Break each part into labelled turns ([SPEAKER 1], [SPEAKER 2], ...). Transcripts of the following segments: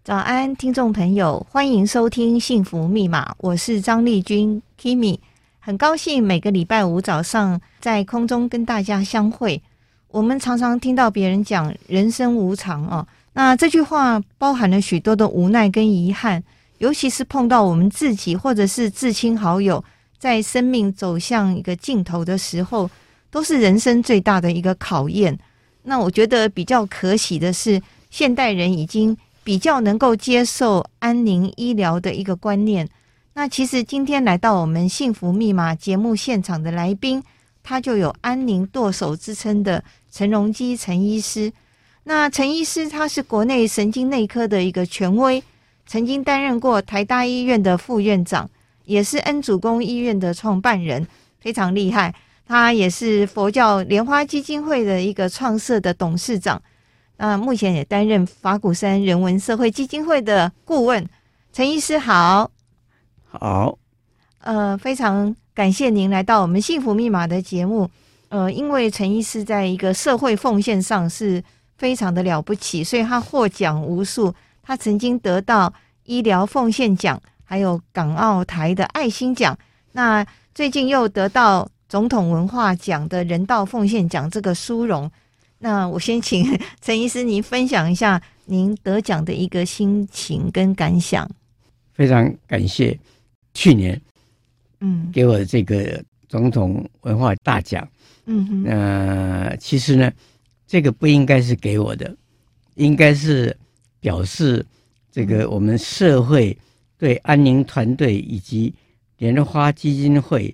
[SPEAKER 1] 早安，听众朋友，欢迎收听幸福密码，我是张丽君 Kimi， 很高兴每个礼拜五早上在空中跟大家相会。我们常常听到别人讲人生无常哦，那这句话包含了许多的无奈跟遗憾，尤其是碰到我们自己或者是至亲好友在生命走向一个尽头的时候，都是人生最大的一个考验。那我觉得比较可喜的是，现代人已经比较能够接受安宁医疗的一个观念。那其实今天来到我们幸福密码节目现场的来宾，他就有安宁舵手之称的陈荣基陈医师。那陈医师他是国内神经内科的一个权威，曾经担任过台大医院的副院长，也是恩主公医院的创办人，非常厉害。他也是佛教莲花基金会的一个创设的董事长，目前也担任法鼓山人文社会基金会的顾问。陈医师好。
[SPEAKER 2] 好，
[SPEAKER 1] 非常感谢您来到我们幸福密码的节目。因为陈医师在一个社会奉献上是非常的了不起，所以他获奖无数。他曾经得到医疗奉献奖，还有港澳台的爱心奖。那最近又得到总统文化奖的人道奉献奖这个殊荣。那我先请陈医师您分享一下您得奖的一个心情跟感想。
[SPEAKER 2] 非常感谢去年给我这个总统文化大奖。其实呢这个不应该是给我的，应该是表示这个我们社会对安宁团队以及莲花基金会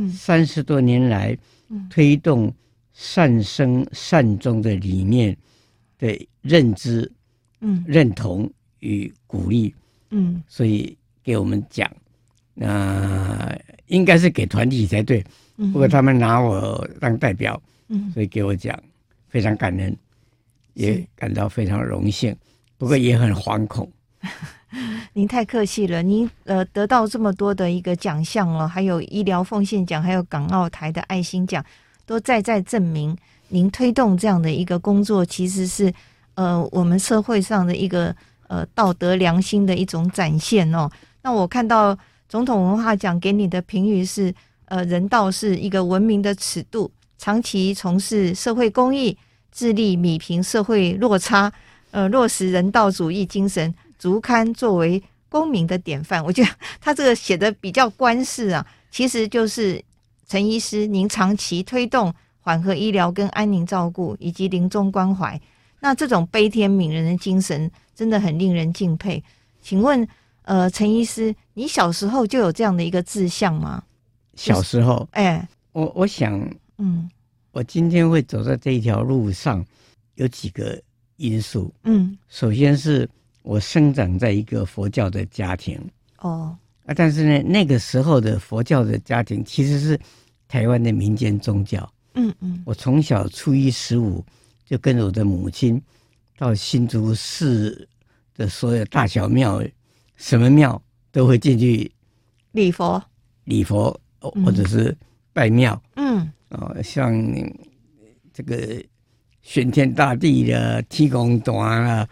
[SPEAKER 2] 30多年来推动善生善终的理念的认知、认同与鼓励，所以给我们奖。应该是给团体才对，不过他们拿我当代表，所以给我奖，非常感恩，也感到非常荣幸，不过也很惶恐。
[SPEAKER 1] 您太客气了，您得到这么多的一个奖项哦，还有医疗奉献奖，还有港澳台的爱心奖，都在证明您推动这样的一个工作，其实是我们社会上的一个道德良心的一种展现哦。那我看到总统文化奖给你的评语是人道是一个文明的尺度，长期从事社会公益，致力弭平社会落差，落实人道主义精神，竹刊作为公民的典范。我觉得他这个写的比较官式啊，其实就是陈医师您长期推动缓和医疗跟安宁照顾以及临终关怀，那这种悲天悯人的精神真的很令人敬佩。请问陈医师，你小时候就有这样的一个志向吗？
[SPEAKER 2] 小时候我想我今天会走在这一条路上有几个因素。首先是我生长在一个佛教的家庭但是呢那个时候的佛教的家庭其实是台湾的民间宗教。我从小初一十五就跟着我的母亲到新竹市的所有大小庙，什么庙都会进去礼佛或者是拜庙。像这个玄天大帝的天公坛啦，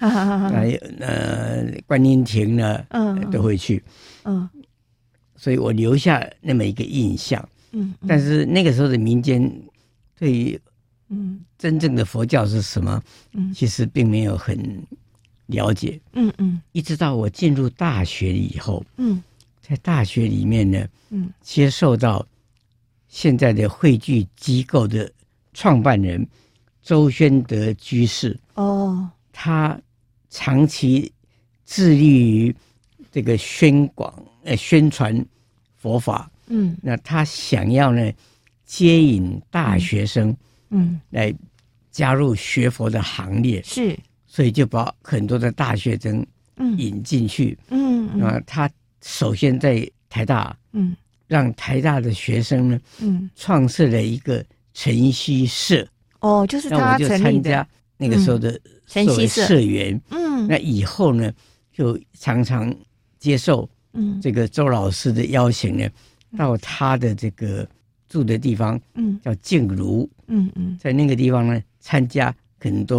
[SPEAKER 2] 观音亭啦，都会去。所以我留下那么一个印象。但是那个时候的民间对于真正的佛教是什么，其实并没有很了解。一直到我进入大学以后，在大学里面呢，接受到现在的汇聚机构的创办人周宣德居士。他长期致力于这个宣传佛法。那他想要呢接引大学生来加入学佛的行列，是，所以就把很多的大学生引进去。他首先在台大让台大的学生呢创设了一个晨曦社。
[SPEAKER 1] 就是他成立的。那我就参加
[SPEAKER 2] 那个时候的
[SPEAKER 1] 晨曦
[SPEAKER 2] 社员。那以后呢就常常接受这个周老师的邀请呢，到他的这个住的地方叫静茹。在那个地方呢参加很多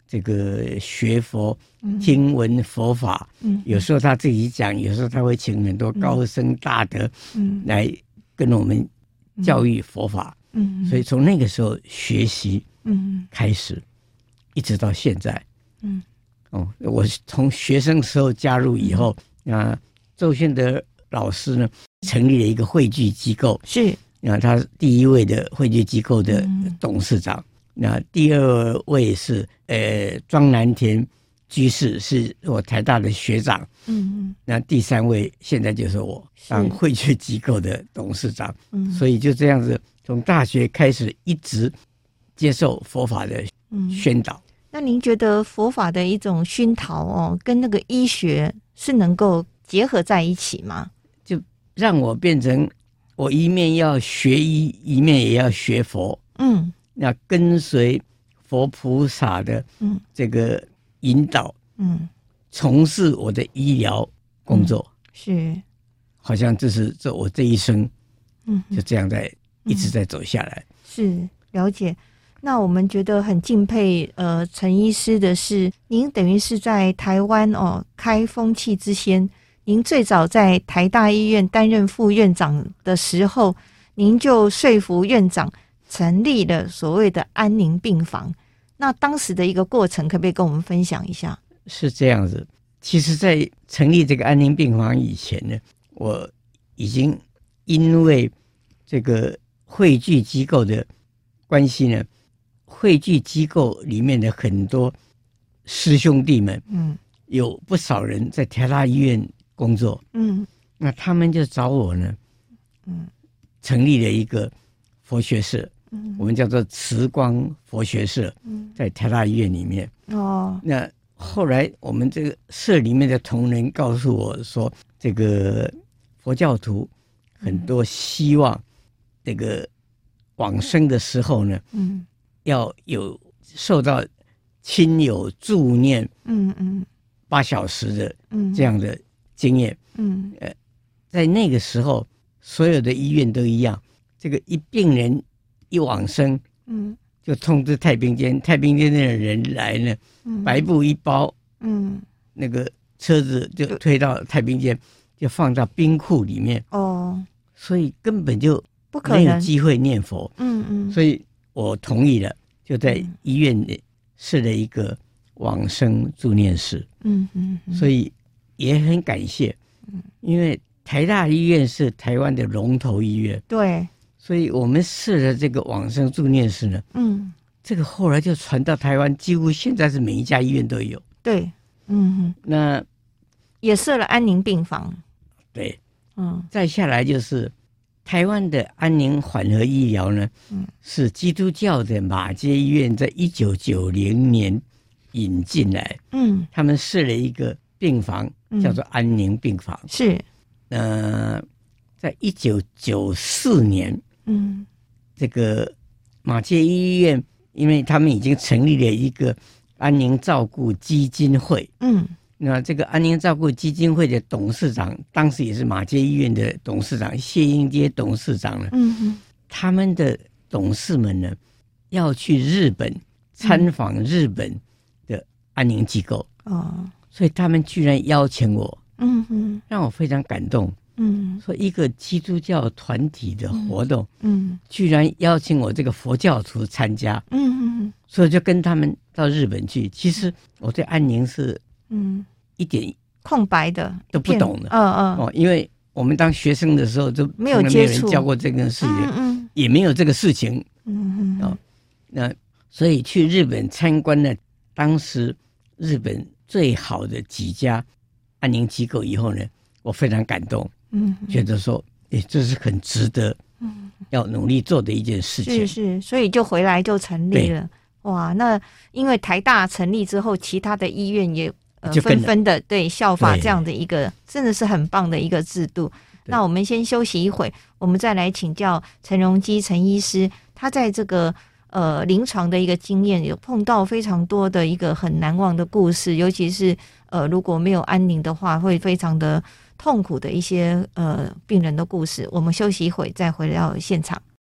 [SPEAKER 2] 这个学佛、听闻佛法。有时候他自己讲，有时候他会请很多高僧大德来跟我们教育佛法。所以从那个时候学习开始，一直到现在。我从学生时候加入以后，周宣德老师呢成立了一个汇聚机构，
[SPEAKER 1] 是
[SPEAKER 2] 他是第一位的汇聚机构的董事长。那第二位是庄南田居士，是我台大的学长。那第三位现在就是我当汇聚机构的董事长。所以就这样子，从大学开始一直接受佛法的宣导。
[SPEAKER 1] 那您觉得佛法的一种熏陶跟那个医学是能够结合在一起吗？
[SPEAKER 2] 就让我变成我一面要学医，一面也要学佛。那跟随佛菩萨的这个引导，从事我的医疗工作。
[SPEAKER 1] 是，
[SPEAKER 2] 好像这是我这一生，就这样一直在走下来。
[SPEAKER 1] 是，了解。那我们觉得很敬佩陈医师的是，您等于是在台湾开风气之先。您最早在台大医院担任副院长的时候，您就说服院长成立了所谓的安宁病房。那当时的一个过程可不可以跟我们分享一下？
[SPEAKER 2] 是这样子，其实在成立这个安宁病房以前呢，我已经因为这个汇聚机构的关系呢，汇聚机构里面的很多师兄弟们，有不少人在台大医院工作，那他们就找我呢，成立了一个佛学社，我们叫做慈光佛学社，在台大医院里面。那后来我们这个社里面的同仁告诉我说，这个佛教徒很多希望这个往生的时候呢，要有受到亲友助念8小时的这样的经验。在那个时候所有的医院都一样，这个一病人一往生，就通知太平间，太平间的人来呢，白布一包，那个车子就推到太平间，就放到冰库里面。所以根本就没有机会念佛。所以我同意了，就在医院里设了一个往生助念室。所以也很感谢，因为台大医院是台湾的龙头医院，
[SPEAKER 1] 对，
[SPEAKER 2] 所以我们设了这个往生助念室呢，这个后来就传到台湾，几乎现在是每一家医院都有。
[SPEAKER 1] 对，
[SPEAKER 2] 那
[SPEAKER 1] 也设了安宁病房。
[SPEAKER 2] 对，再下来就是台湾的安宁缓和医疗呢，是基督教的马偕医院在1990年引进来，他们设了一个病房，叫做安宁病房。
[SPEAKER 1] 是，
[SPEAKER 2] 在1994年，这个马偕医院，因为他们已经成立了一个安宁照顾基金会，那这个安宁照顾基金会的董事长，当时也是马偕医院的董事长谢英街董事长呢，他们的董事们呢，要去日本参访日本的安宁机构，所以他们居然邀请我，让我非常感动。说一个基督教团体的活动，居然邀请我这个佛教徒参加，所以就跟他们到日本去。其实我对安宁是一点
[SPEAKER 1] 空白的，
[SPEAKER 2] 都不懂的，因为我们当学生的时候就
[SPEAKER 1] 没有接触，
[SPEAKER 2] 没有人教过这个事情，也没有这个事情，那所以去日本参观了当时日本最好的几家安宁机构以后呢，我非常感动，觉得说，这是很值得，要努力做的一件事情。
[SPEAKER 1] 是，所以就回来就成立了。哇，那因为台大成立之后，其他的医院也纷纷的效法这样的一个，真的是很棒的一个制度。那我们先休息一会，我们再来请教陈荣基陈医师，他在这个临床的一个经验，有碰到非常多的一个很难忘的故事，尤其是如果没有安宁的话，会非常的痛苦的一些病人的故事。我们休息一会再回到现场。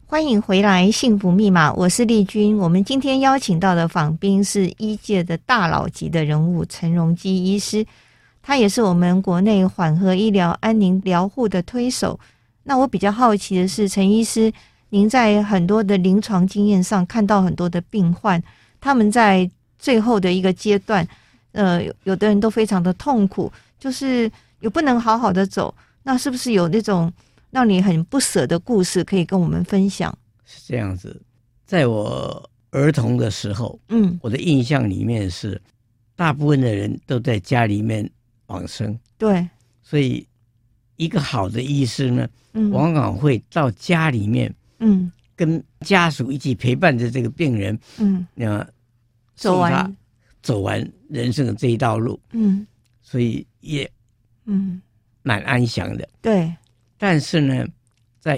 [SPEAKER 1] 欢迎回来幸福密码，我是丽君。我们今天邀请到的访宾是医界的大佬级的人物陈荣基医师，他也是我们国内缓和医疗安宁疗护的推手。那我比较好奇的是，陈医师您在很多的临床经验上看到很多的病患，他们在最后的一个阶段有的人都非常的痛苦，就是有不能好好的走，那是不是有那种让你很不舍的故事可以跟我们分享？
[SPEAKER 2] 是这样子，在我儿童的时候，我的印象里面是大部分的人都在家里面往生，
[SPEAKER 1] 对，
[SPEAKER 2] 所以一个好的医师呢，往往会到家里面，跟家属一起陪伴着这个病人，走完人生的这一道路，所以也蛮安详的，
[SPEAKER 1] 对。
[SPEAKER 2] 但是呢，在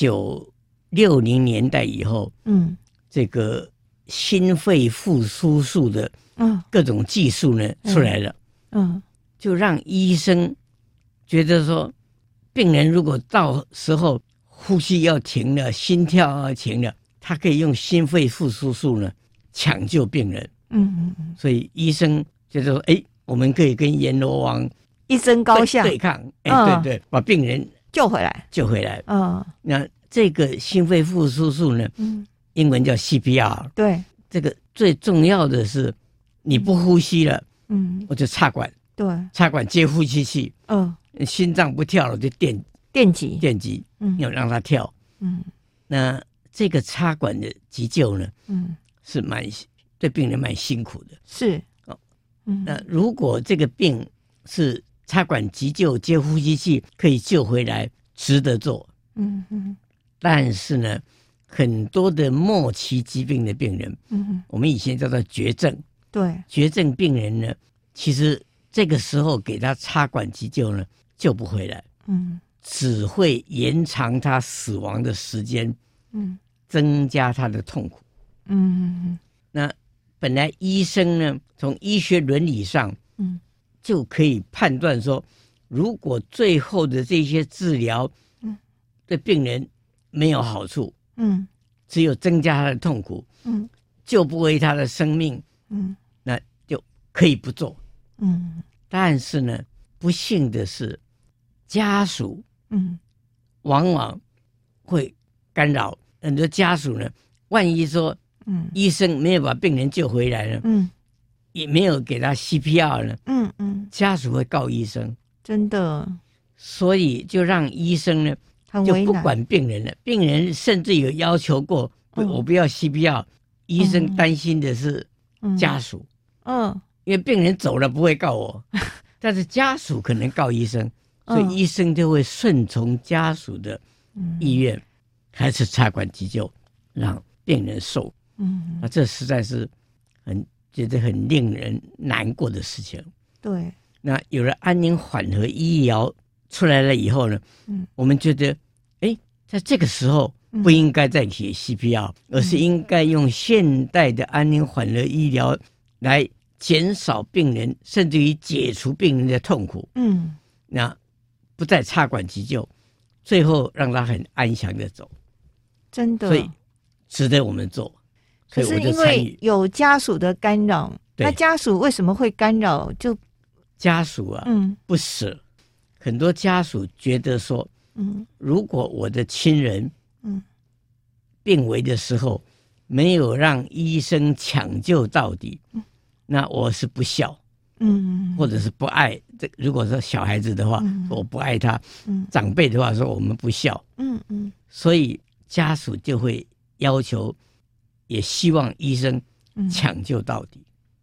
[SPEAKER 2] 1960年代以后，这个心肺复苏术的各种技术呢出来了，就让医生觉得说，病人如果到时候呼吸要停了，心跳要停了，他可以用心肺复苏术呢抢救病人。所以医生觉得说，我们可以跟阎罗王
[SPEAKER 1] 一争高下
[SPEAKER 2] 对抗，对对，把病人
[SPEAKER 1] 救回来。
[SPEAKER 2] 那这个心肺复苏术呢，英文叫 CPR。
[SPEAKER 1] 对，
[SPEAKER 2] 这个最重要的是，你不呼吸了，我就插管，
[SPEAKER 1] 对，
[SPEAKER 2] 插管接呼吸器，心脏不跳了就电击，要让它跳。那这个插管的急救呢，是对病人蛮辛苦的。
[SPEAKER 1] 是，
[SPEAKER 2] 那如果这个病是插管急救接呼吸器可以救回来，值得做。但是呢，很多的末期疾病的病人，我们以前叫做绝症，
[SPEAKER 1] 对，
[SPEAKER 2] 绝症病人呢，其实这个时候给他插管急救呢，救不回来，只会延长他死亡的时间，增加他的痛苦。那本来医生呢，从医学伦理上，就可以判断说，如果最后的这些治疗，对病人没有好处，只有增加他的痛苦，救不回他的生命，那就可以不做。但是呢，不幸的是，家属，往往会干扰。很多家属呢，万一说，医生没有把病人救回来呢，也没有给他 CPR 呢，家属会告医生，
[SPEAKER 1] 真的，
[SPEAKER 2] 所以就让医生呢就不管病人了。病人甚至有要求过，我不要 CPR，医生担心的是家属，因为病人走了不会告我，但是家属可能告医生，所以医生就会顺从家属的意愿，还是插管急救，让病人受。那这实在是觉得很令人难过的事情。
[SPEAKER 1] 对，
[SPEAKER 2] 那有了安宁缓和医疗出来了以后呢，我们觉得，在这个时候不应该再写 CPR，而是应该用现代的安宁缓和医疗来减少病人，甚至于解除病人的痛苦。那不再插管急救，最后让他很安详的走。
[SPEAKER 1] 真的，
[SPEAKER 2] 所以值得我们做。
[SPEAKER 1] 可是因为有家属的干扰，那家属为什么会干扰？就
[SPEAKER 2] 家属啊，不舍。很多家属觉得说，如果我的亲人，病危的时候没有让医生抢救到底，那我是不孝，或者是不爱。如果说小孩子的话，我不爱他；长辈的话说我们不孝。所以家属就会要求，也希望医生抢救到底。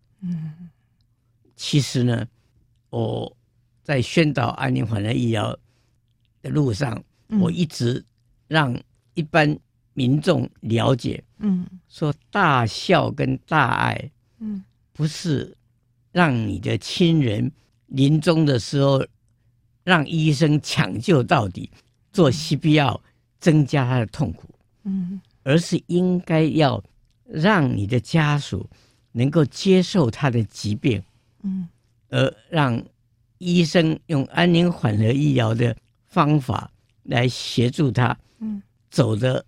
[SPEAKER 2] 其实呢，我在宣导安宁缓和医疗的路上，我一直让一般民众了解，说大孝跟大爱，不是让你的亲人临终的时候让医生抢救到底，做 CPR 增加他的痛苦，而是应该要让你的家属能够接受他的疾病，而让医生用安宁缓和医疗的方法来协助他走得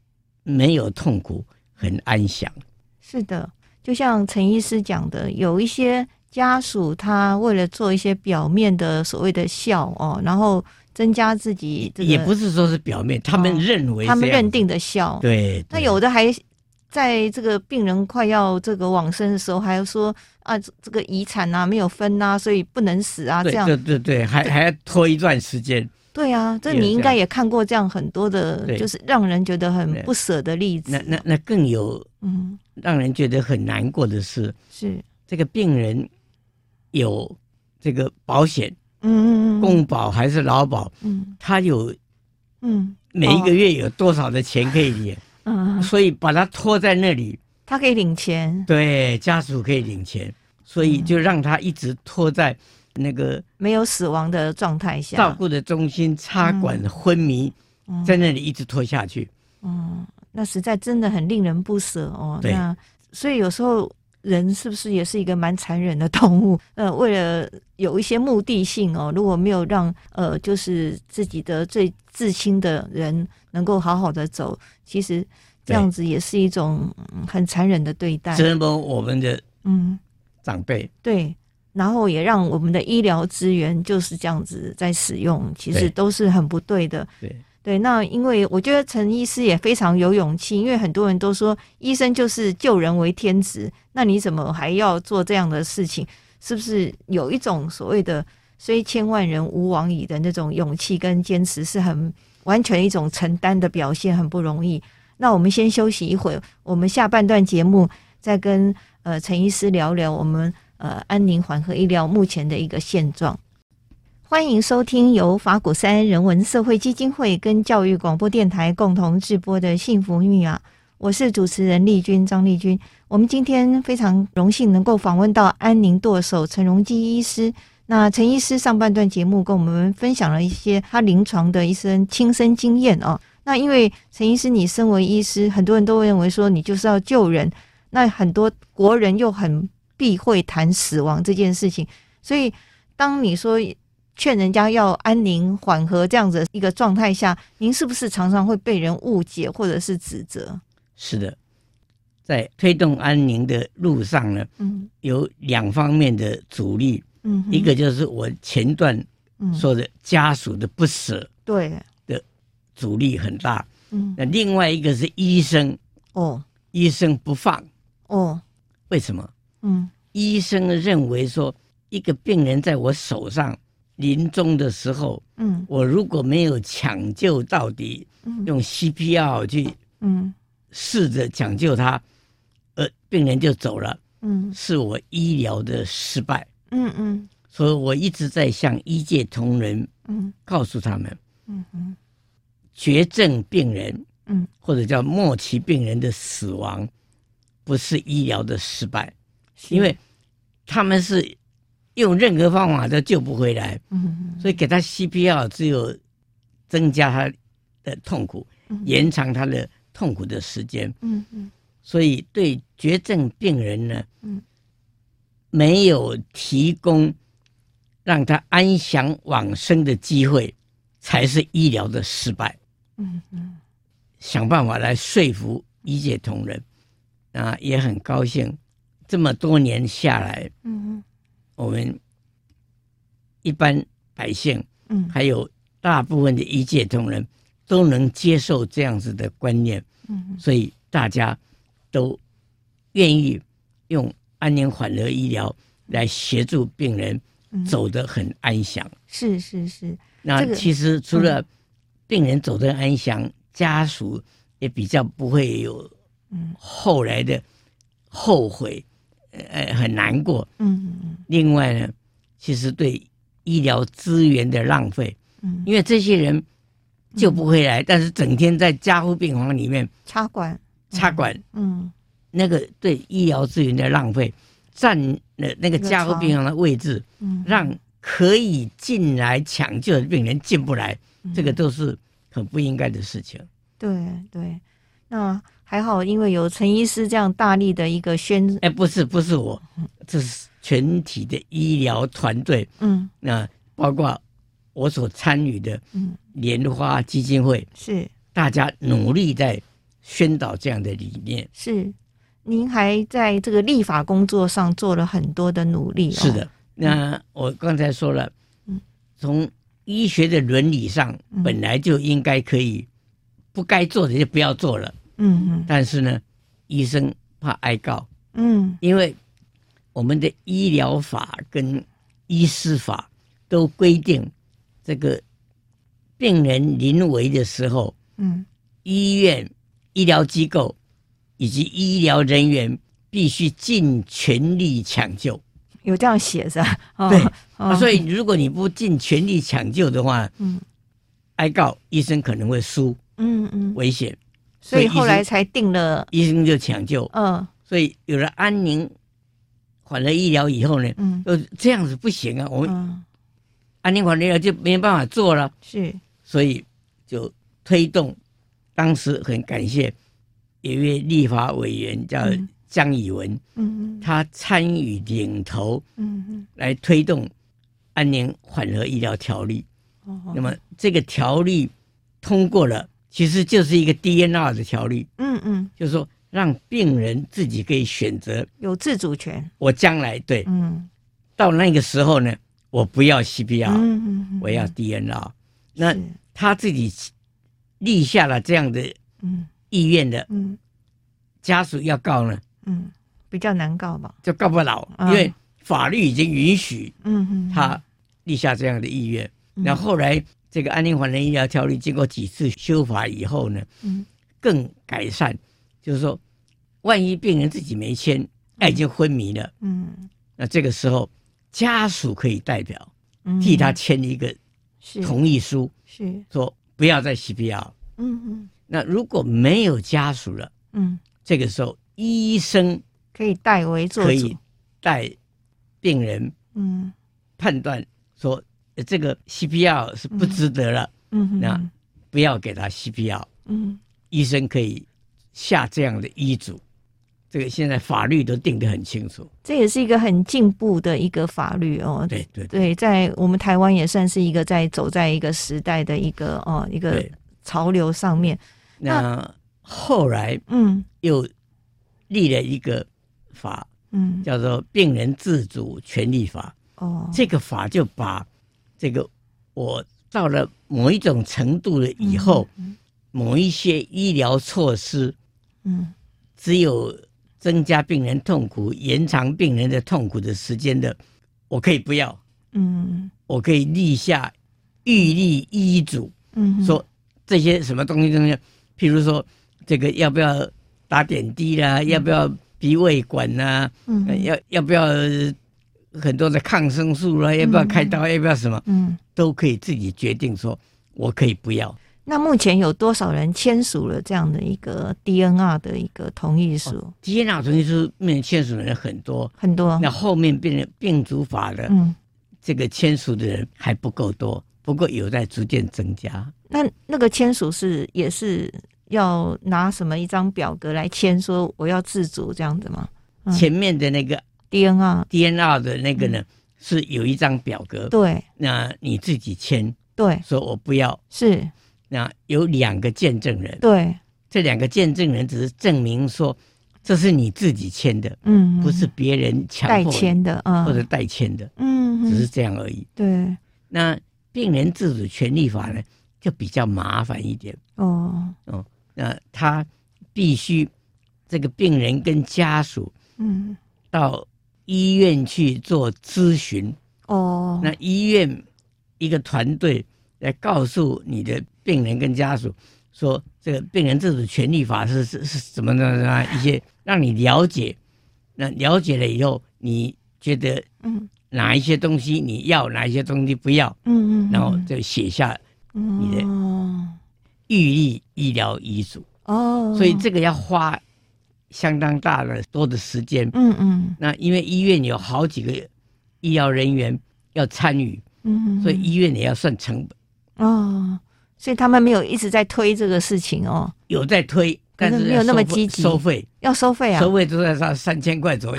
[SPEAKER 2] 没有痛苦，很安详。
[SPEAKER 1] 是的，就像陈医师讲的，有一些家属他为了做一些表面的所谓的孝然后增加自己
[SPEAKER 2] 也不是说是表面，他们认为
[SPEAKER 1] 他们认定的孝。
[SPEAKER 2] 对，
[SPEAKER 1] 那有的还在这个病人快要这个往生的时候，还要说啊，这个遗产啊没有分啊，所以不能死啊，这样
[SPEAKER 2] 对，还要拖一段时间。
[SPEAKER 1] 对啊，这你应该也看过这样很多的，就是让人觉得很不舍的例子。
[SPEAKER 2] 那更有让人觉得很难过的是这个病人有这个保险，公保还是劳保，他有每一个月有多少的钱可以领，所以把他拖在那里，
[SPEAKER 1] 他可以领钱，
[SPEAKER 2] 对，家属可以领钱，所以就让他一直拖在那个
[SPEAKER 1] 没有死亡的状态下，
[SPEAKER 2] 照顾的中心插管昏迷，在那里一直拖下去。
[SPEAKER 1] 那实在真的很令人不舍那所以有时候人是不是也是一个蛮残忍的动物？为了有一些目的性如果没有让就是自己的最至亲的人能够好好的走，其实这样子也是一种很残忍的对待，
[SPEAKER 2] 折磨我们的长辈。
[SPEAKER 1] 对。然后也让我们的医疗资源就是这样子在使用，其实都是很不对的。对，那因为我觉得陈医师也非常有勇气，因为很多人都说医生就是救人为天职，那你怎么还要做这样的事情？是不是有一种所谓的虽千万人吾往矣的那种勇气跟坚持，是很完全一种承担的表现，很不容易。那我们先休息一会儿，我们下半段节目再跟陈医师聊聊我们安宁缓和医疗目前的一个现状。欢迎收听由法鼓山人文社会基金会跟教育广播电台共同制播的幸福密码，我是主持人丽君张丽君。我们今天非常荣幸能够访问到安宁舵手陈荣基医师。那陈医师上半段节目跟我们分享了一些他临床的一些亲身经验那因为陈医师你身为医师，很多人都会认为说你就是要救人，那很多国人又很避讳谈死亡这件事情，所以当你说劝人家要安宁缓和这样子一个状态下，您是不是常常会被人误解或者是指责？
[SPEAKER 2] 是的，在推动安宁的路上呢，有两方面的阻力，一个就是我前段说的家属的不舍，对的阻力很大，那另外一个是医生，医生不放，为什么？医生认为说一个病人在我手上临终的时候，我如果没有抢救到底，用 CPR 去试着抢救他，病人就走了，是我医疗的失败。所以我一直在向医界同仁告诉他们，绝症病人或者叫末期病人的死亡不是医疗的失败，因为他们是用任何方法都救不回来，所以给他 CPR 只有增加他的痛苦，延长他的痛苦的时间。所以对绝症病人呢，没有提供让他安详往生的机会，才是医疗的失败。想办法来说服医界同仁，也很高兴，这么多年下来，我们一般百姓，还有大部分的医界同仁都能接受这样子的观念，所以大家都愿意用安宁缓和医疗来协助病人走得很安详。是。那其实除了病人走得安详，家属也比较不会有后来的后悔，很难过。另外呢，其实对医疗资源的浪费，因为这些人救不回来，但是整天在加护病房里面插管，那个对医疗资源的浪费，占了那个加护病房的位置，让可以进来抢救的病人进不来，这个都是很不应该的事情。对，那还好，因为有陈医师这样大力的一个宣，不是我，这是全体的医疗团队，那包括我所参与的莲花基金会，是大家努力在宣导这样的理念。
[SPEAKER 1] 是，您还在这个立法工作上做了很多的努力。
[SPEAKER 2] 是的，那我刚才说了，从医学的伦理上，本来就应该可以，不该做的就不要做了。但是呢，医生怕挨告。因为我们的医疗法跟医师法都规定，这个病人临危的时候，医院、医疗机构以及医疗人员必须尽全力抢救。
[SPEAKER 1] 有这样写着？
[SPEAKER 2] 对，所以如果你不尽全力抢救的话，挨告医生可能会输，危险。
[SPEAKER 1] 所以后来才定了，
[SPEAKER 2] 医生就抢救。所以有了安宁缓和医疗以后呢，这样子不行啊，我们安宁缓和医疗就没办法做了。
[SPEAKER 1] 是，
[SPEAKER 2] 所以就推动，当时很感谢有一位立法委员叫江以文，他参与领头，来推动安宁缓和医疗条例。那么这个条例通过了，其实就是一个 DNR 的条例。就是说让病人自己可以选择，有
[SPEAKER 1] 自主权。
[SPEAKER 2] 我将来对，到那个时候呢，我不要 CPR，我要 DNR。那他自己立下了这样的意愿的，家属要告呢，
[SPEAKER 1] 比较难告吧，
[SPEAKER 2] 就告不了，因为法律已经允许，他立下这样的意愿。然后后来这个安宁缓和医疗条例经过几次修法以后呢，更改善，就是说，万一病人自己没签，已经昏迷了，那这个时候家属可以代表替他签一个同意书，说不要再 CPR。那如果没有家属了，这个时候医生
[SPEAKER 1] 可以代为做主，
[SPEAKER 2] 可以带病人，判断说这个 CPR 是不值得了，那不要给他 CPR。医生可以下这样的医嘱，这个现在法律都定得很清楚。
[SPEAKER 1] 这也是一个很进步的一个法律哦。对，在我们台湾也算是一个走在一个时代的一个潮流上面。
[SPEAKER 2] 那后来又立了一个法，叫做病人自主权利法。这个法就把这个我到了某一种程度了以后，某一些医疗措施，只有增加病人痛苦、延长病人的痛苦的时间的，我可以不要。我可以立下预立医嘱，说这些什么东西，譬如说这个要不要打点滴啦，要不要鼻胃管啦，要不要很多的抗生素啦，要不要开刀，要不要什么，都可以自己决定，说我可以不要。
[SPEAKER 1] 那目前有多少人签署了这样的一个 DNR 的一个同意书
[SPEAKER 2] ？DNR 同意书面签署的人很多
[SPEAKER 1] 很多，
[SPEAKER 2] 那后面变成病主法的，这个签署的人还不够多，不过有在逐渐增加。
[SPEAKER 1] 那个签署也是要拿什么一张表格来签，说我要自主这样子吗？
[SPEAKER 2] 前面的那个 DNR 的那个呢，是有一张表格，
[SPEAKER 1] 对，
[SPEAKER 2] 那你自己签，
[SPEAKER 1] 对，
[SPEAKER 2] 说我不要，
[SPEAKER 1] 是。
[SPEAKER 2] 那有2个见证人，
[SPEAKER 1] 对，
[SPEAKER 2] 这2个见证人只是证明说这是你自己签的，不是别人强迫
[SPEAKER 1] 代签的，
[SPEAKER 2] 或者代签的，只是这样而已。
[SPEAKER 1] 对，
[SPEAKER 2] 那病人自主权利法呢，就比较麻烦一点。那他必须这个病人跟家属，到医院去做咨询。那医院一个团队来告诉你的病人跟家属说，这个病人自主权利法是怎么的一些，让你了解。那了解了以后，你觉得哪一些东西你要，哪一些东西不要，然后就写下你的预立医疗遗嘱。所以这个要花相当多的时间。那因为医院有好几个医疗人员要参与，所以医院也要算成本。
[SPEAKER 1] 所以他们没有一直在推这个事情哦。
[SPEAKER 2] 有在推，但是
[SPEAKER 1] 没有那么积极。
[SPEAKER 2] 收费
[SPEAKER 1] 要收费啊？
[SPEAKER 2] 收费都在3000块左右。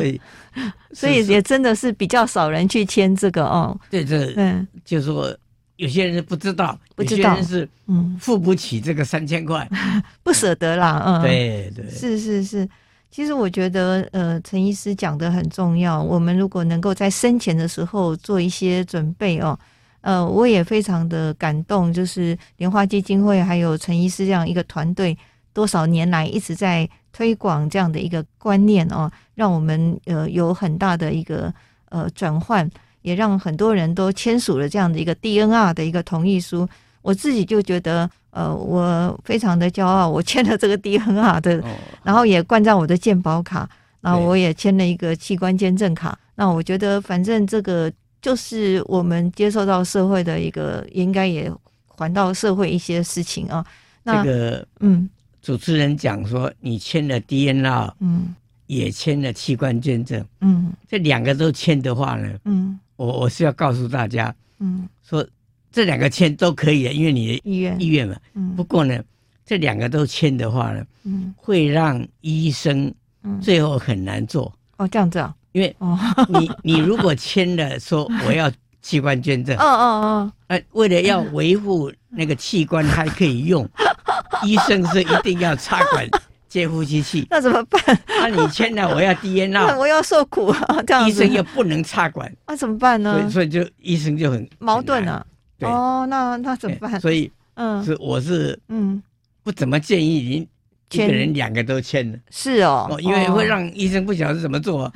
[SPEAKER 2] 所以
[SPEAKER 1] 也真的是比较少人去签这个哦。
[SPEAKER 2] 对，就是说有些人不知道，有些人是付不起这个3000块，
[SPEAKER 1] 不舍得啦。
[SPEAKER 2] 对，
[SPEAKER 1] 是。其实我觉得陈医师讲的很重要，我们如果能够在生前的时候做一些准备我也非常的感动，就是莲花基金会还有陈医师这样一个团队多少年来一直在推广这样的一个观念让我们有很大的一个转换，也让很多人都签署了这样的一个 DNR 的一个同意书。我自己就觉得我非常的骄傲，我签了这个 DNR 的，然后也灌在我的健保卡，然后我也签了一个器官捐赠卡。那我觉得反正这个就是我们接受到社会的一个，应该也还到社会一些事情那
[SPEAKER 2] 这个主持人讲说你签了 DNR，也签了器官捐赠，这2个都签的话呢，我是要告诉大家，说这2个签都可以的，因为你的意愿嘛。不过呢，这2个都签的话呢，会让医生最后很难做。
[SPEAKER 1] 这样子啊？
[SPEAKER 2] 因为你如果签了说我要器官捐赠，为了要维护那个器官还可以用，医生是一定要插管接呼吸器。
[SPEAKER 1] 那怎么办？
[SPEAKER 2] 那你签了我要 DNR，
[SPEAKER 1] 我要受苦这样子。
[SPEAKER 2] 医生又不能插管，
[SPEAKER 1] 怎么办呢？
[SPEAKER 2] 所以就医生就很
[SPEAKER 1] 矛盾啊。
[SPEAKER 2] 对
[SPEAKER 1] 那怎么办？
[SPEAKER 2] 所以我是不怎么建议您一个人2个都签的。
[SPEAKER 1] 是
[SPEAKER 2] 因为会让医生不晓得怎么做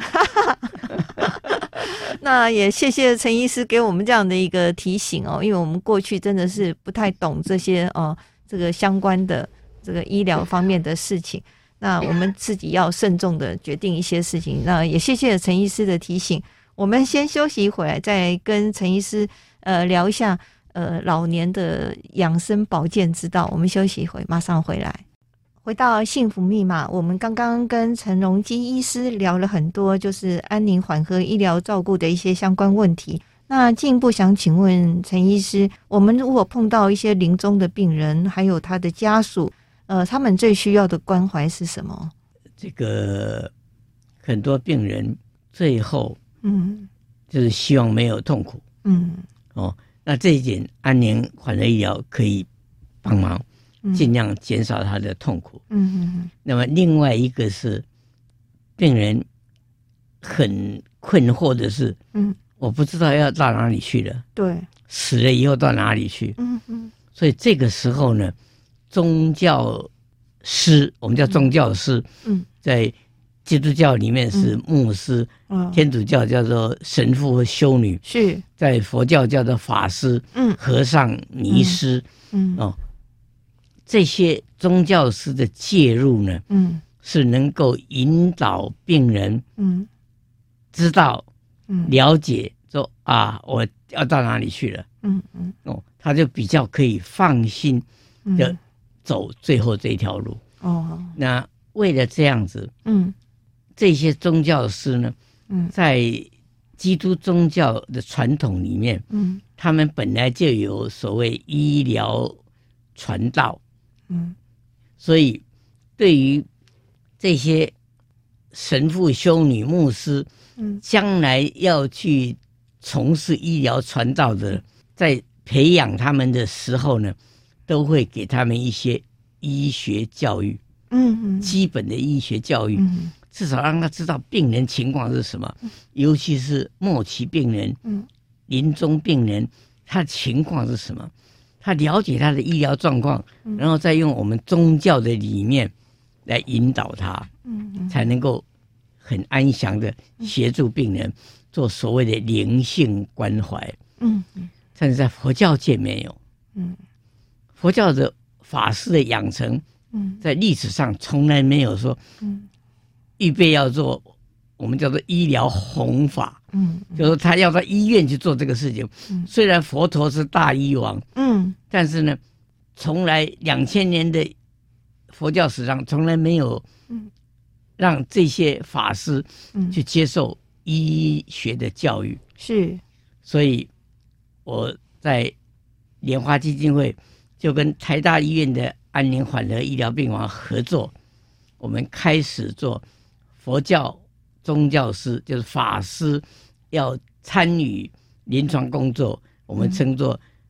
[SPEAKER 1] 那也谢谢陈医师给我们这样的一个提醒因为我们过去真的是不太懂这些这个相关的这个医疗方面的事情，那我们自己要慎重的决定一些事情。那也谢谢陈医师的提醒，我们先休息一会儿，再跟陈医师聊一下老年的养生保健之道。我们休息一会，马上回来。回到幸福密码，我们刚刚跟陈荣基医师聊了很多，就是安宁缓和医疗照顾的一些相关问题。那进一步想请问陈医师，我们如果碰到一些临终的病人，还有他的家属，他们最需要的关怀是什么？
[SPEAKER 2] 这个很多病人最后就是希望没有痛苦，那这一点安宁缓和医疗可以帮忙，尽量减少他的痛苦。那么另外一个是病人很困惑的是，我不知道要到哪里去了，对，死了以后到哪里去？所以这个时候呢，宗教师，我们叫宗教师，在基督教里面是牧师，天主教叫做神父和修女，是在佛教叫做法师，和尚、尼师，这些宗教师的介入呢，是能够引导病人，知道，了解，说我要到哪里去了，他就比较可以放心的走最后这条路。那为了这样子，这些宗教师呢，在基督宗教的传统里面，他们本来就有所谓医疗传道，所以对于这些神父、修女、牧师，将来要去从事医疗传道的，在培养他们的时候呢，都会给他们一些医学教育，基本的医学教育，至少让他知道病人情况是什么，尤其是末期病人，临终病人，他的情况是什么，他了解他的医疗状况，然后再用我们宗教的理念来引导他，才能够很安详的协助病人做所谓的灵性关怀。但是在佛教界没有，佛教的法师的养成，在历史上从来没有说，预备要做我们叫做医疗弘法，就是说他要到医院去做这个事情。虽然佛陀是大医王，但是呢，从来2000年的佛教史上从来没有让这些法师去接受医学的教育。是，所以我在莲花基金会就跟台大医院的安宁缓和医疗病房合作，我们开始做佛教宗教师，就是法师要参与临床工作，我们称作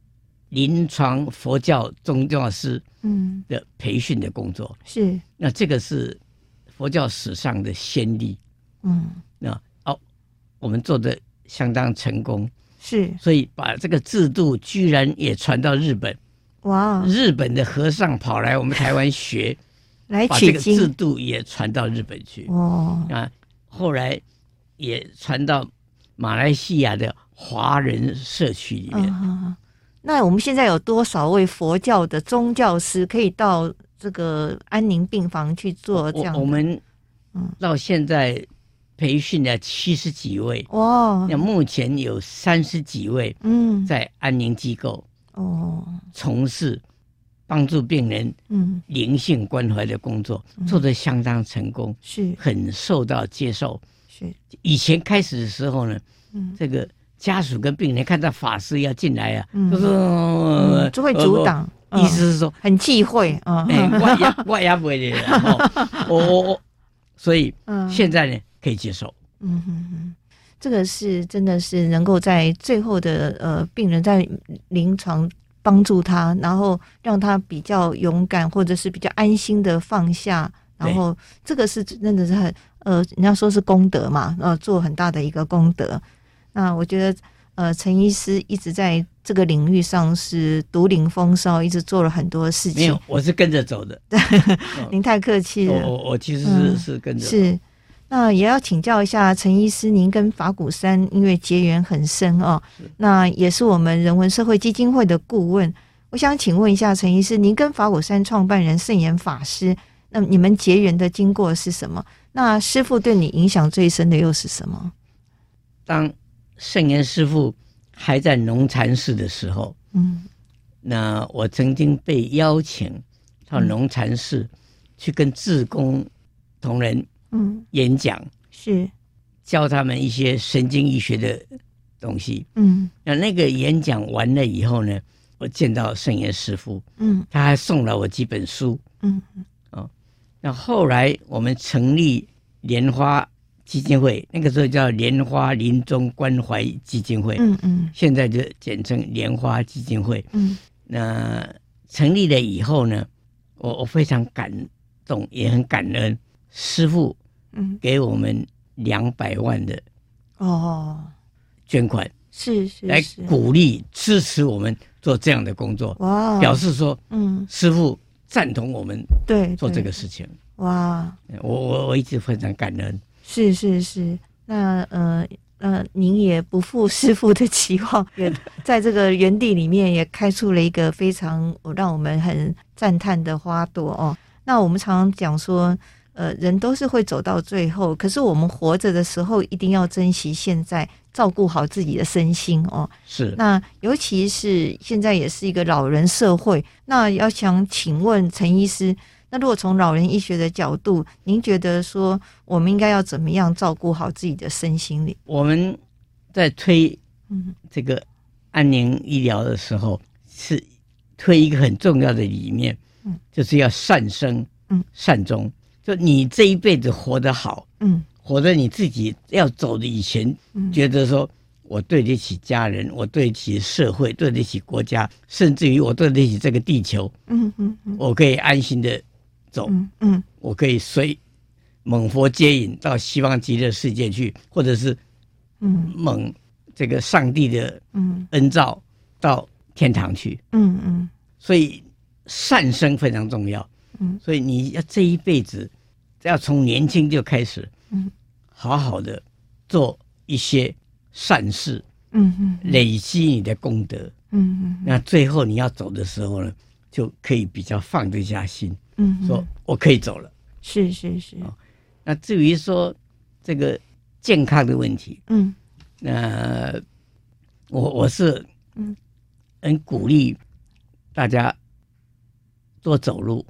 [SPEAKER 2] 临床佛教宗教师的培训的工作。
[SPEAKER 1] 是，
[SPEAKER 2] 那这个是佛教史上的先例。那我们做的相当成功。
[SPEAKER 1] 是，
[SPEAKER 2] 所以把这个制度居然也传到日本。哇！日本的和尚跑来我们台湾学，
[SPEAKER 1] 来
[SPEAKER 2] 把这个制度也传到日本去。后来也传到马来西亚的华人社区里面。
[SPEAKER 1] 那我们现在有多少位佛教的宗教师可以到这个安宁病房去做这样的？
[SPEAKER 2] 我们到现在培训了70几位。哇！那目前有30几位在安宁机构从事帮助病人灵性关怀的工作，做得相当成功，是很受到接受。是以前开始的时候呢，这个家属跟病人看到法师要进来啊，
[SPEAKER 1] 就会阻挡，
[SPEAKER 2] 意思是说
[SPEAKER 1] 很忌讳啊。
[SPEAKER 2] 我也不会的，所以现在呢可以接受。
[SPEAKER 1] 这个是真的是能够在最后的病人在临床帮助他，然后让他比较勇敢或者是比较安心的放下，然后这个是真的是很人家说是功德嘛，做很大的一个功德。那我觉得陈医师一直在这个领域上是独领风骚，一直做了很多事情。
[SPEAKER 2] 没有，我是跟着走的。
[SPEAKER 1] 您太客气了。
[SPEAKER 2] 我其实是跟着走。
[SPEAKER 1] 是。那也要请教一下陈医师，您跟法鼓山因为结缘很深哦，那也是我们人文社会基金会的顾问。我想请问一下陈医师，您跟法鼓山创办人圣严法师，那你们结缘的经过是什么？那师父对你影响最深的又是什么？
[SPEAKER 2] 当圣严师父还在农禅寺的时候，那我曾经被邀请到农禅寺去跟志工同仁演讲，是教他们一些神经医学的东西。那个演讲完了以后呢，我见到圣严师父，他还送了我几本书。那后来我们成立莲花基金会，那个时候叫莲花临终关怀基金会，现在就简称莲花基金会。那成立了以后呢，我非常感动，也很感恩师父给我们200万的捐款，是来鼓励支持我们做这样的工作。哇，表示说师父赞同我们做这个事情。哇，我一直非常感恩。
[SPEAKER 1] 是，那您也不负师父的期望，也在这个园地里面也开出了一个非常让我们很赞叹的花朵哦。那我们常常讲说，人都是会走到最后，可是我们活着的时候一定要珍惜现在，照顾好自己的身心哦。是，那尤其是现在也是一个老人社会，那要想请问陈医师，那如果从老人医学的角度，您觉得说我们应该要怎么样照顾好自己的身心灵？
[SPEAKER 2] 我们在推这个安宁医疗的时候，是推一个很重要的理念，就是要善生善终。就你这一辈子活得好，活得你自己要走的以前，觉得说我对得起家人，我对得起社会，对得起国家，甚至于我对得起这个地球，我可以安心的走，我可以随猛佛接引到西方极乐世界去，或者是蒙这个上帝的恩照到天堂去。所以善生非常重要。所以你要这一辈子要从年轻就开始，好好的做一些善事，累积你的功德，那最后你要走的时候呢，就可以比较放得下心，说我可以走了。
[SPEAKER 1] 是。
[SPEAKER 2] 那至于说这个健康的问题，那我是很鼓励大家多走路。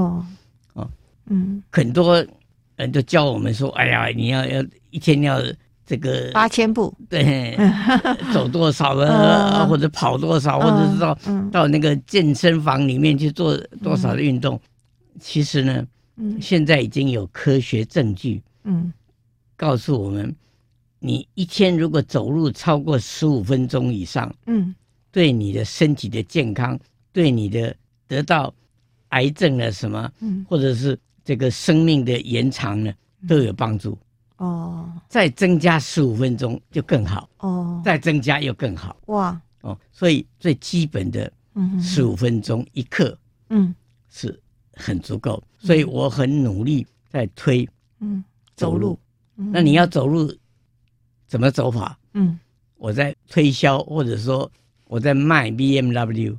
[SPEAKER 2] 很多人都教我们说，哎呀，你要一天要这个
[SPEAKER 1] 8000步，
[SPEAKER 2] 对，走多少或者跑多少，或者是到那个健身房里面去做多少的运动。其实呢，现在已经有科学证据，告诉我们，你一天如果走路超过15分钟以上， 对你的身体的健康，对你的得到癌症的什么，或者是这个生命的延长呢，都有帮助。再增加15分钟就更好。再增加又更好。哇！所以最基本的15分钟一刻，是很足够。所以我很努力在推走路。那你要走路怎么走法？我在推销，或者说我在卖 BMW。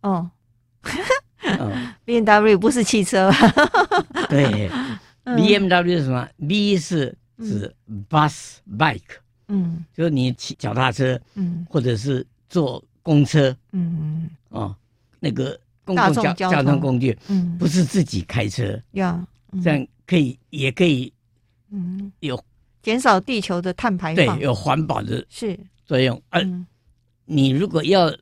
[SPEAKER 1] BMW 不是汽车。
[SPEAKER 2] 对，BMW 是什么 ？B 是指 bus bike，就是你骑脚踏车，或者是坐公车，那个公共交通工具，不是自己开车，这样也可以，有
[SPEAKER 1] 减少地球的碳排放，
[SPEAKER 2] 对，有环保的作用。你如果要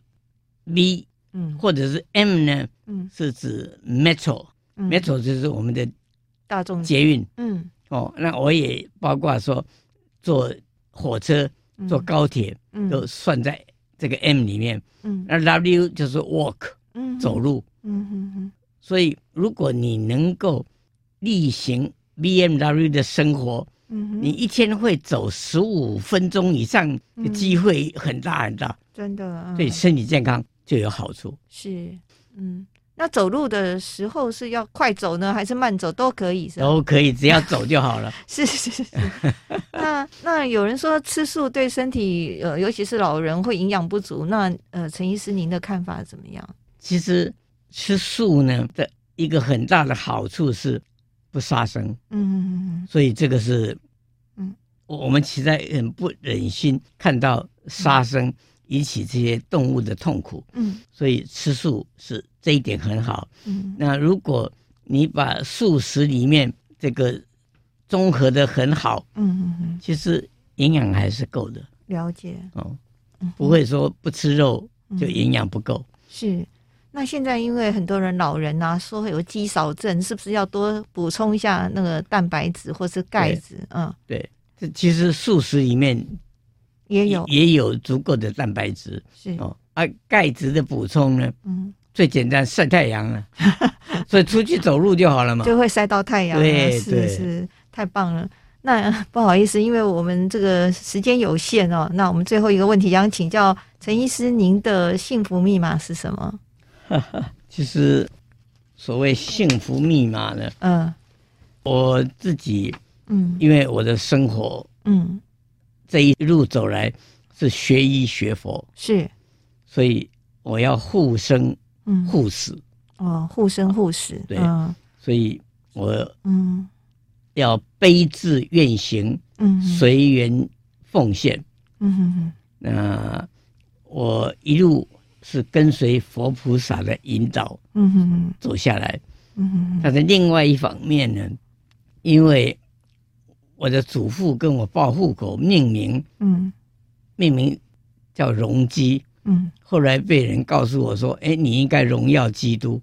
[SPEAKER 2] B，或者是 M 呢，是指 metro，metro 就是我们的
[SPEAKER 1] 大众
[SPEAKER 2] 捷运，那我也包括说坐火车、坐高铁，都算在这个 M 里面。那 W 就是 walk，走路。所以如果你能够例行 BMW 的生活，你一天会走15分钟以上的机会很大很大，
[SPEAKER 1] 真的，
[SPEAKER 2] 对身体健康就有好处。
[SPEAKER 1] 是，那走路的时候是要快走呢，还是慢走都可以？
[SPEAKER 2] 都可以，只要走就好了。
[SPEAKER 1] 是。那有人说吃素对身体，尤其是老人会营养不足。那陈医师您的看法怎么样？
[SPEAKER 2] 其实吃素呢的一个很大的好处是不杀生。所以这个是，我们实在很不忍心看到杀生引起这些动物的痛苦。所以吃素是这一点很好。那如果你把素食里面这个综合的很好，其实营养还是够的。
[SPEAKER 1] 了解。
[SPEAKER 2] 不会说不吃肉就营养不够。
[SPEAKER 1] 是。那现在因为很多人老人啊，说会有肌少症，是不是要多补充一下那个蛋白质或是钙质？
[SPEAKER 2] 对，这其实素食里面也有足够的蛋白质。
[SPEAKER 1] 是
[SPEAKER 2] 钙质的补充呢，最简单，晒太阳了。所以出去走路就好了嘛，
[SPEAKER 1] 就会晒到太阳。
[SPEAKER 2] 对，
[SPEAKER 1] 是，太棒了。那不好意思，因为我们这个时间有限哦，那我们最后一个问题想请教陈医师，您的幸福密码是什么？
[SPEAKER 2] 其实所谓幸福密码呢，我自己，因为我的生活，这一路走来是学医学佛，
[SPEAKER 1] 是，
[SPEAKER 2] 所以我要护生护死。
[SPEAKER 1] 护生护死。
[SPEAKER 2] 对，所以我要悲志愿行，随缘奉献。那我一路是跟随佛菩萨的引导，走下来。但是另外一方面呢，因为我的祖父跟我报户口命名叫荣基，后来被人告诉我说，你应该荣耀基督。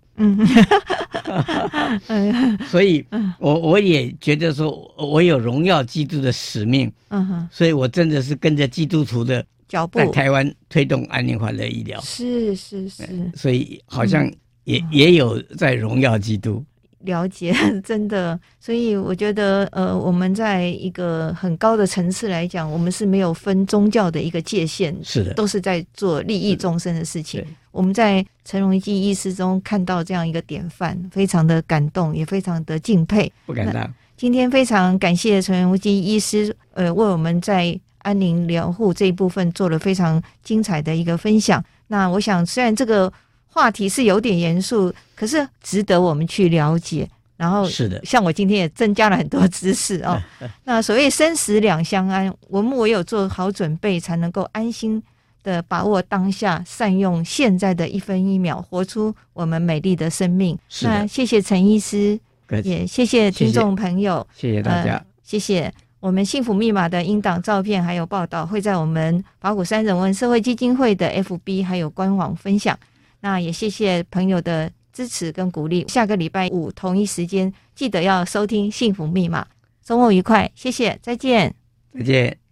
[SPEAKER 2] 所以我也觉得说我有荣耀基督的使命。所以我真的是跟着基督徒的
[SPEAKER 1] 脚步，
[SPEAKER 2] 在台湾推动安宁欢乐医疗。
[SPEAKER 1] 是。
[SPEAKER 2] 所以好像也有在荣耀基督。
[SPEAKER 1] 了解，真的。所以我觉得我们在一个很高的层次来讲，我们是没有分宗教的一个界限，
[SPEAKER 2] 是的，
[SPEAKER 1] 都是在做利益众生的事情。我们在陈荣基医师中看到这样一个典范，非常的感动，也非常的敬佩。
[SPEAKER 2] 不敢当。
[SPEAKER 1] 今天非常感谢陈荣基医师为我们在安宁疗护这一部分做了非常精彩的一个分享。那我想虽然这个话题是有点严肃，可是值得我们去了解。然后
[SPEAKER 2] 是的，
[SPEAKER 1] 像我今天也增加了很多知识哦。那所谓生死两相安，我们唯有做好准备，才能够安心的把握当下，善用现在的一分一秒，活出我们美丽的生命。那谢谢陈医师，也谢谢听众朋友，
[SPEAKER 2] 谢谢大家，
[SPEAKER 1] 谢谢。我们幸福密码的音档照片还有报道会在我们法鼓山人文社会基金会的 FB 还有官网分享。那也谢谢朋友的支持跟鼓励，下个礼拜五同一时间记得要收听幸福密码。周末愉快，谢谢，再见。
[SPEAKER 2] 再见。